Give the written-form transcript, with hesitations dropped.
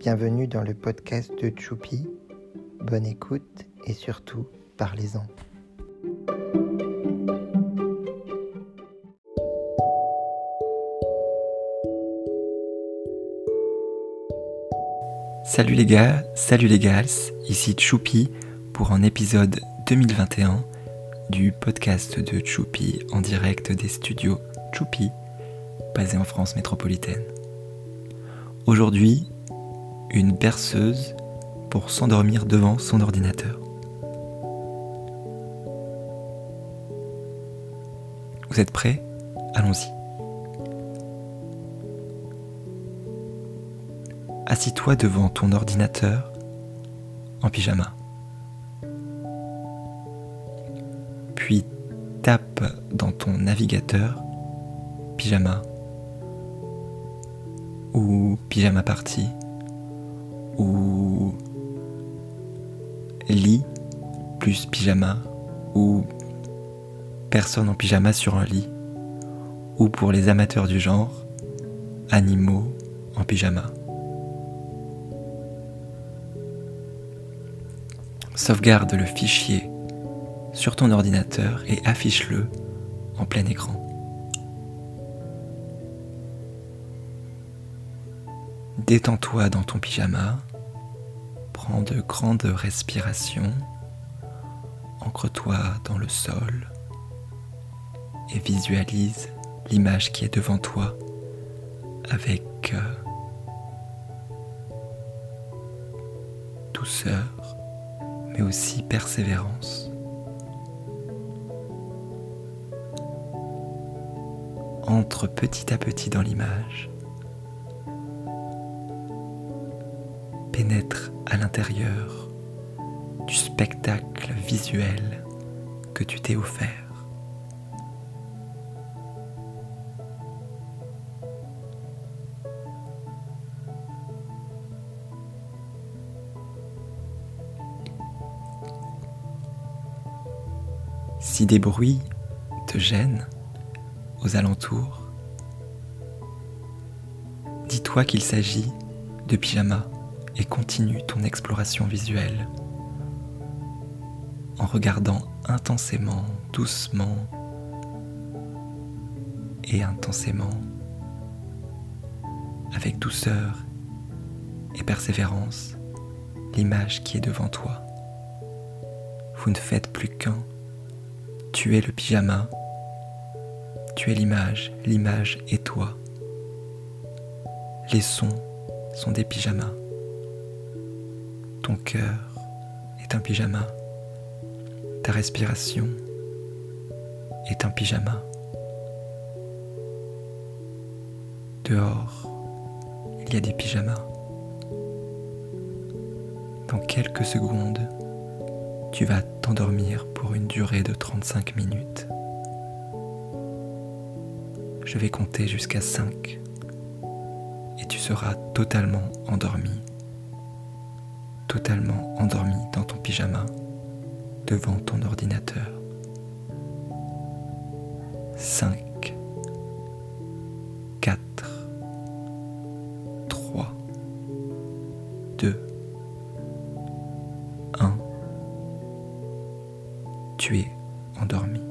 bienvenue dans le podcast de Choupi. Bonne écoute et surtout, parlez-en. Salut les gars, salut les gals, ici Choupi pour un épisode 2021 du podcast de Choupi en direct des studios Choupi, basés en France métropolitaine. Aujourd'hui, une berceuse pour s'endormir devant son ordinateur. Vous êtes prêts ? Allons-y. Assis-toi devant ton ordinateur en pyjama. Puis tape dans ton navigateur pyjama ou pyjama party ou lit plus pyjama ou personne en pyjama sur un lit ou pour les amateurs du genre, animaux en pyjama. Sauvegarde le fichier sur ton ordinateur et affiche-le en plein écran. Détends-toi dans ton pyjama, prends de grandes respirations, ancre-toi dans le sol et visualise l'image qui est devant toi avec douceur, mais aussi persévérance. Entre petit à petit dans l'image. Pénètre à l'intérieur du spectacle visuel que tu t'es offert. Si des bruits te gênent aux alentours, dis-toi qu'il s'agit de pyjama et continue ton exploration visuelle en regardant intensément, doucement et intensément, avec douceur et persévérance, l'image qui est devant toi. Vous ne faites plus qu'un. Tu es le pyjama, tu es l'image est toi. Les sons sont des pyjamas. Ton cœur est un pyjama. Ta respiration est un pyjama. Dehors, il y a des pyjamas. Dans quelques secondes, tu vas t'endormir pour une durée de 35 minutes. Je vais compter jusqu'à 5 et tu seras totalement endormi dans ton pyjama devant ton ordinateur. 5, 4, 3, 2, 1. Tu es endormi.